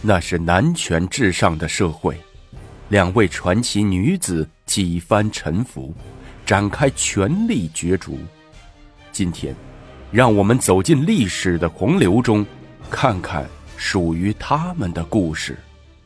那是男权至上的社会，两位传奇女子几番沉浮，展开权力角逐。今天，让我们走进历史的洪流中，看看属于他们的故事。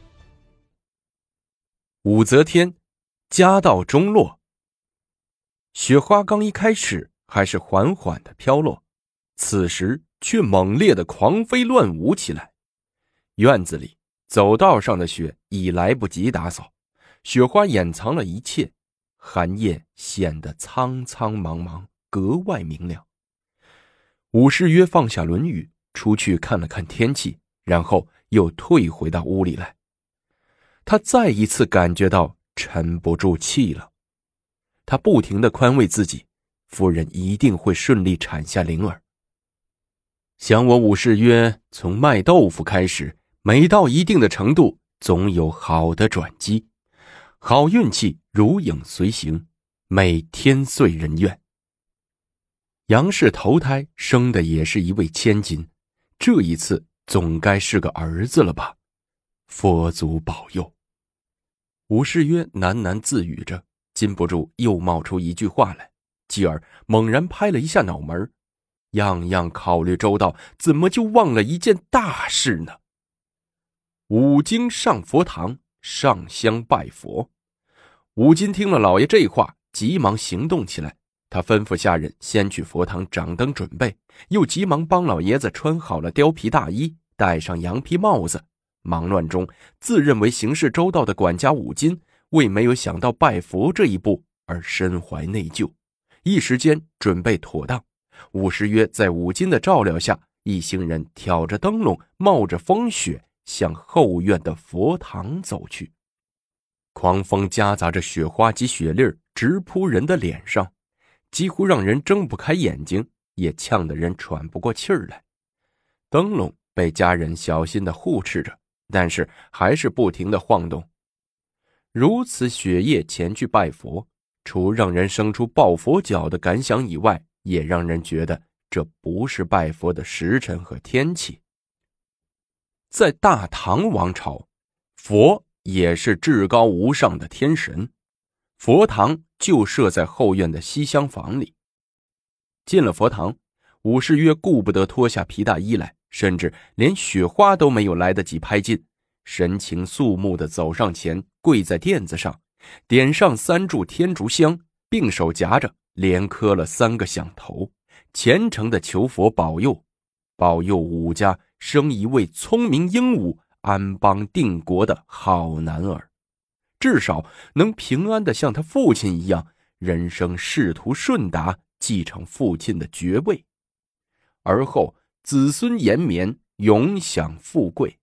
武则天，家道中落。雪花刚一开始还是缓缓地飘落，此时却猛烈地狂飞乱舞起来。院子里，走道上的雪已来不及打扫，雪花掩藏了一切，寒夜显得苍苍茫茫，格外明亮。武士约放下论语，出去看了看天气，然后又退回到屋里来。他再一次感觉到沉不住气了。他不停地宽慰自己，夫人一定会顺利产下灵儿。想我武士约从卖豆腐开始，每到一定的程度，总有好的转机，好运气如影随形，每天遂人愿。杨氏头胎生的也是一位千金，这一次总该是个儿子了吧？佛祖保佑。武士约喃喃自语着，禁不住又冒出一句话来，继而猛然拍了一下脑门，样样考虑周到，怎么就忘了一件大事呢？五经上佛堂，上香拜佛。五金听了老爷这话，急忙行动起来。他吩咐下人先去佛堂掌灯准备，又急忙帮老爷子穿好了貂皮大衣，戴上羊皮帽子。忙乱中，自认为行事周到的管家五金为没有想到拜佛这一步而身怀内疚，一时间准备妥当。武士约在五金的照料下，一行人挑着灯笼，冒着风雪，向后院的佛堂走去。狂风夹杂着雪花及雪粒直扑人的脸上，几乎让人睁不开眼睛，也呛得人喘不过气儿来。灯笼被家人小心地护持着，但是还是不停地晃动。如此雪夜前去拜佛，除让人生出抱佛脚的感想以外，也让人觉得这不是拜佛的时辰和天气。在大唐王朝，佛也是至高无上的天神，佛堂就设在后院的西厢房里。进了佛堂，武士约顾不得脱下皮大衣来，甚至连雪花都没有来得及拍尽，神情肃穆地走上前，跪在垫子上，点上3炷天竺香，并手夹着，连磕了3个响头，虔诚地求佛保佑武家生一位聪明英武、安邦定国的好男儿，至少能平安地像他父亲一样，人生仕途顺达，继承父亲的爵位，而后子孙延绵，永享富贵。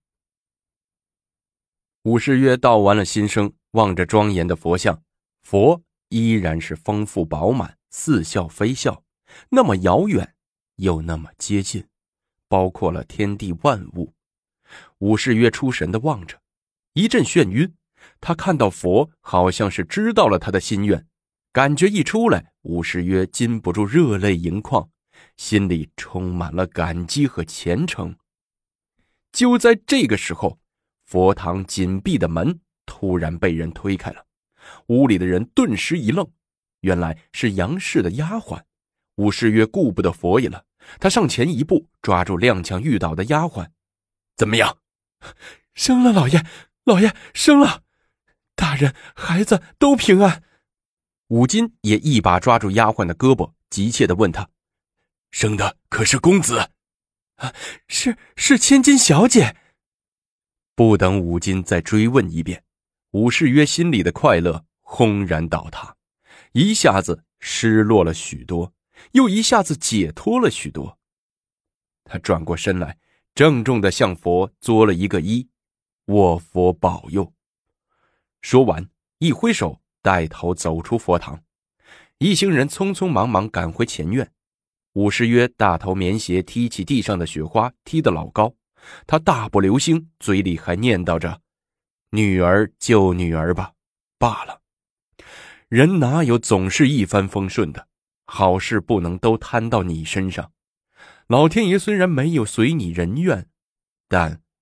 武士约道完了心声，望着庄严的佛像，佛依然是丰富饱满，似笑非笑，那么遥远又那么接近，包括了天地万物。武士约出神地望着，一阵眩晕，他看到佛好像是知道了他的心愿，感觉一出来，武士约禁不住热泪盈眶，心里充满了感激和虔诚。就在这个时候，佛堂紧闭的门突然被人推开了，屋里的人顿时一愣，原来是杨氏的丫鬟。武士约顾不得佛爷了，他上前一步，抓住踉跄欲倒的丫鬟。怎么样？生了，老爷生了，大人孩子都平安。武金也一把抓住丫鬟的胳膊，急切地问他，生的可是公子？是千金小姐。不等武金再追问一遍，武士约心里的快乐轰然倒塌，一下子失落了许多，又一下子解脱了许多。他转过身来，郑重地向佛作了一个揖，卧佛保佑。说完，一挥手，带头走出佛堂。一行人匆匆忙忙赶回前院。武士约大头棉鞋踢起地上的雪花，踢得老高，他大步流星，嘴里还念叨着，女儿就女儿吧，罢了。人哪有总是一帆风顺的，好事不能都摊到你身上。老天爷虽然没有随你人愿，但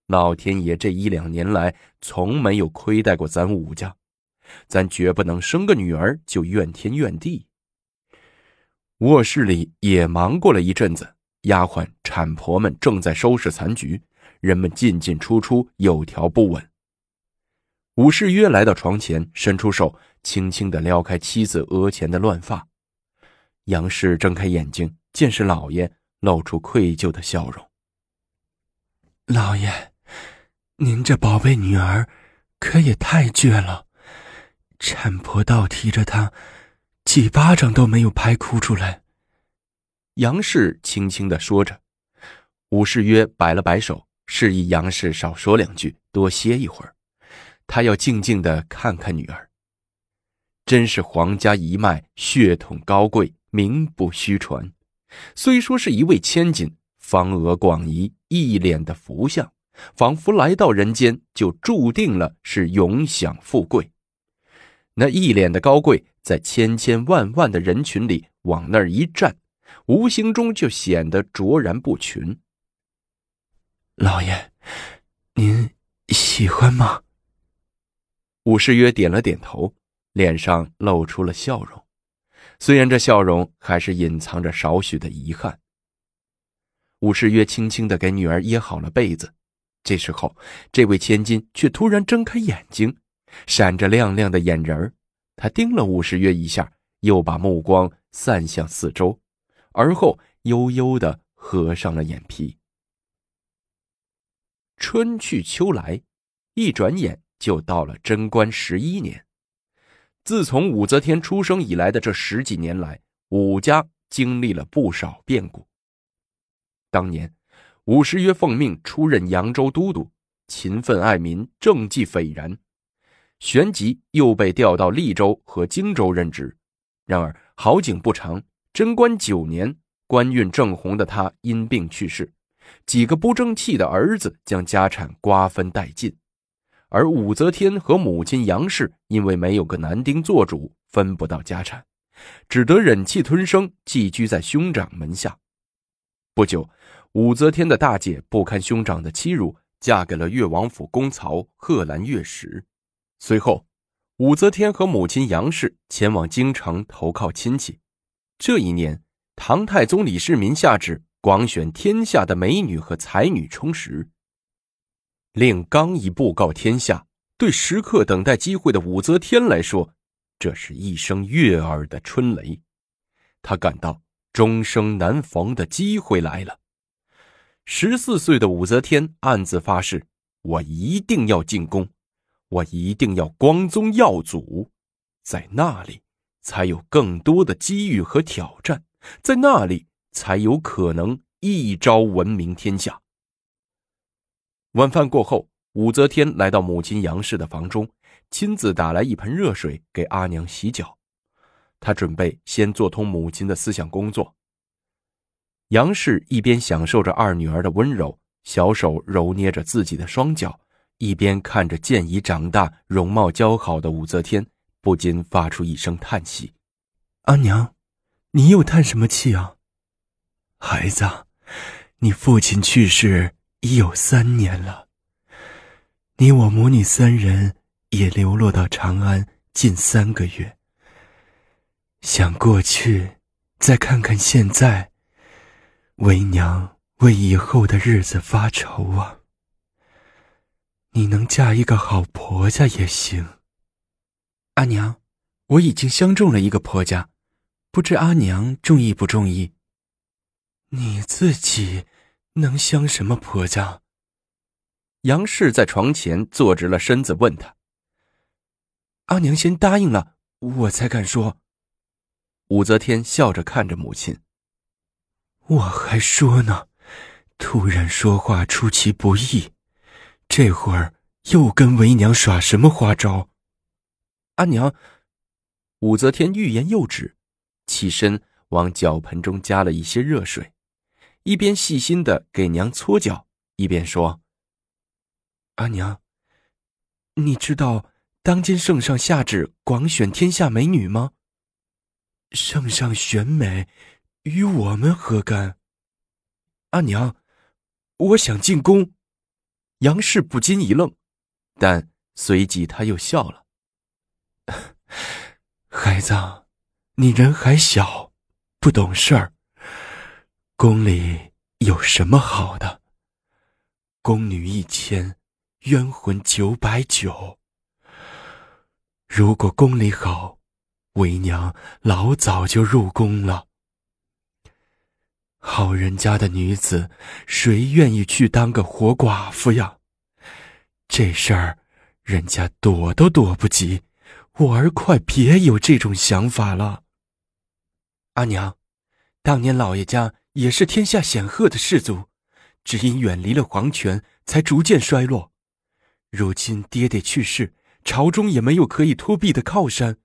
老天爷这1-2年来从没有亏待过咱武家，咱绝不能生个女儿就怨天怨地。卧室里也忙过了一阵子，丫鬟产婆们正在收拾残局，人们进进出出，有条不紊。武士约来到床前，伸出手轻轻地撩开妻子额前的乱发。杨氏睁开眼睛，见是老爷，露出愧疚的笑容。 老爷，您这宝贝女儿可也太倔了，产婆倒提着她几巴掌都没有拍哭出来。 杨氏轻轻地说着，武士约摆了摆手，示意杨氏少说2句，多歇一会儿。他要静静地看看女儿。真是皇家一脉，血统高贵，名不虚传。虽说是一位千金，方额广仪，一脸的福相，仿佛来到人间就注定了是永享富贵。那一脸的高贵，在千千万万的人群里往那儿一站，无形中就显得卓然不群。 老爷，您喜欢吗？ 武士约点了点头，脸上露出了笑容，虽然这笑容还是隐藏着少许的遗憾。武士约轻轻地给女儿掖好了被子，这时候这位千金却突然睁开眼睛，闪着亮亮的眼仁儿。他盯了武士约一下，又把目光散向四周，而后悠悠地合上了眼皮。春去秋来，一转眼就到了贞观11年。自从武则天出生以来的这10几年来，武家经历了不少变故。当年武士约奉命出任扬州都督，勤奋爱民，政绩斐然。旋即又被调到利州和荆州任职。然而好景不长，贞观9年，官运正红的他因病去世，几个不争气的儿子将家产瓜分殆尽。而武则天和母亲杨氏因为没有个男丁做主，分不到家产，只得忍气吞声，寄居在兄长门下。不久，武则天的大姐不堪兄长的欺辱，嫁给了越王府公曹贺兰月石。随后，武则天和母亲杨氏前往京城投靠亲戚。这一年，唐太宗李世民下旨广选天下的美女和才女充实，令刚一布告天下，对时刻等待机会的武则天来说，这是一声悦耳的春雷。她感到终生难逢的机会来了。14岁的武则天暗自发誓，我一定要进宫，我一定要光宗耀祖，在那里才有更多的机遇和挑战，在那里才有可能一朝闻名天下。晚饭过后，武则天来到母亲杨氏的房中，亲自打来一盆热水给阿娘洗脚。她准备先做通母亲的思想工作。杨氏一边享受着二女儿的温柔，小手揉捏着自己的双脚，一边看着渐已长大、容貌姣好的武则天，不禁发出一声叹息：“ 阿娘，你又叹什么气啊？孩子，你父亲去世已有3年了，你我母女3人也流落到长安近3个月。想过去，再看看现在，为娘为以后的日子发愁啊。你能嫁一个好婆家也行。阿娘，我已经相中了一个婆家，不知阿娘中意不中意？你自己能相什么婆家？ 杨氏在床前坐直了身子问他。 阿娘先答应了，我才敢说。 武则天笑着看着母亲。 我还说呢，突然说话出其不意，这会儿又跟为娘耍什么花招？ 阿娘，武则天欲言又止，起身往脚盆中加了一些热水，一边细心地给娘搓脚，一边说： 阿娘，你知道当今圣上下旨广选天下美女吗？圣上选美，与我们何干？阿娘，我想进宫。 杨氏不禁一愣，但随即他又笑了。 孩子，你人还小，不懂事儿。宫里有什么好的？宫女1000，冤魂990。如果宫里好，为娘老早就入宫了。好人家的女子，谁愿意去当个活寡妇呀？这事儿，人家躲都躲不及，我儿快别有这种想法了。阿娘，当年老爷家也是天下显赫的士族，只因远离了皇权，才逐渐衰落。如今爹爹去世，朝中也没有可以托庇的靠山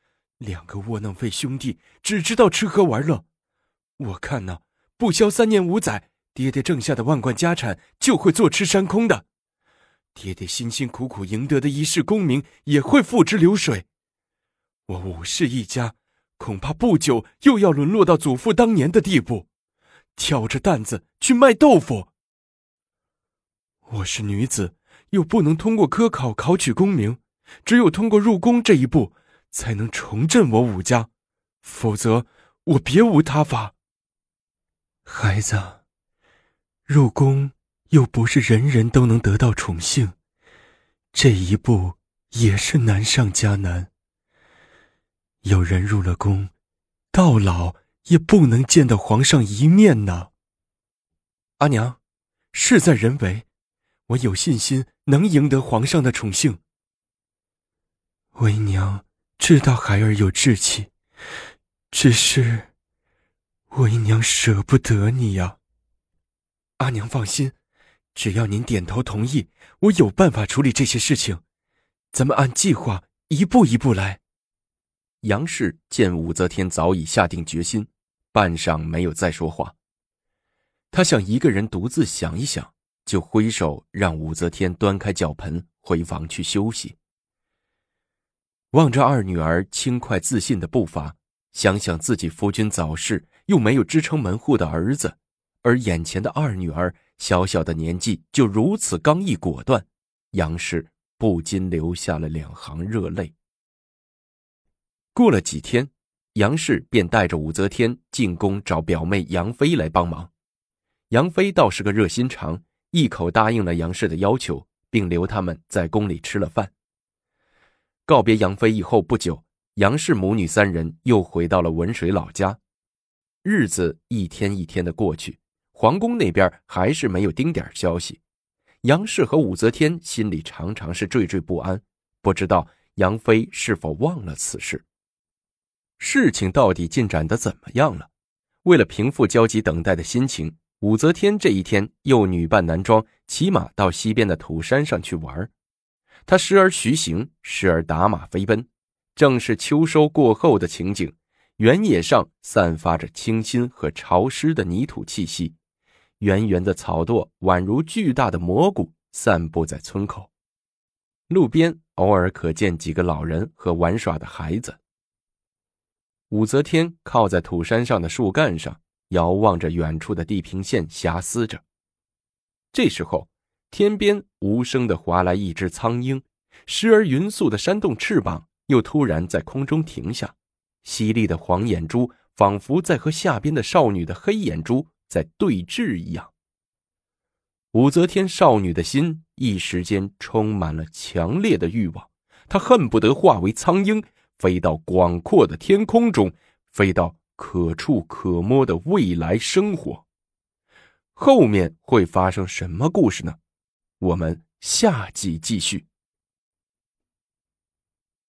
，2个窝囊废兄弟只知道吃喝玩乐。我看呢，不消3年5载，爹爹挣下的万贯家产就会坐吃山空的。爹爹辛辛苦苦赢得的一世功名也会付之流水。我武氏一家恐怕不久又要沦落到祖父当年的地步，挑着担子去卖豆腐。我是女子，又不能通过科考考取功名，只有通过入宫这一步，才能重振我武家，否则我别无他法。孩子，入宫又不是人人都能得到宠幸，这一步也是难上加难。有人入了宫，到老也不能见到皇上一面呢。阿娘，事在人为，我有信心能赢得皇上的宠幸。为娘知道孩儿有志气，只是为娘舍不得你呀。阿娘放心，只要您点头同意，我有办法处理这些事情。咱们按计划一步一步来。 杨氏见武则天早已下定决心，半晌没有再说话。他想一个人独自想一想，就挥手让武则天端开脚盆回房去休息。望着二女儿轻快自信的步伐，想想自己夫君早逝又没有支撑门户的儿子，而眼前的二女儿小小的年纪就如此刚毅果断，杨氏不禁流下了2行热泪。过了几天，杨氏便带着武则天进宫找表妹杨妃来帮忙。杨妃倒是个热心肠，一口答应了杨氏的要求，并留他们在宫里吃了饭。告别杨妃以后不久，杨氏母女3人又回到了文水老家。日子一天一天的过去，皇宫那边还是没有丁点消息。杨氏和武则天心里常常是惴惴不安，不知道杨妃是否忘了此事。事情到底进展得怎么样了？为了平复焦急等待的心情，武则天这一天又女扮男装，骑马到西边的土山上去玩。她时而徐行，时而打马飞奔，正是秋收过后的情景，原野上散发着清新和潮湿的泥土气息，圆圆的草垛宛如巨大的蘑菇散布在村口。路边偶尔可见几个老人和玩耍的孩子。武则天靠在土山上的树干上，遥望着远处的地平线，遐思着。这时候，天边无声地划来一只苍鹰，时而匀速地扇动翅膀，又突然在空中停下，犀利的黄眼珠仿佛在和下边的少女的黑眼珠在对峙一样。武则天少女的心一时间充满了强烈的欲望，她恨不得化为苍鹰，飞到广阔的天空中，飞到可触可摸的未来生活。后面会发生什么故事呢？我们下集继续。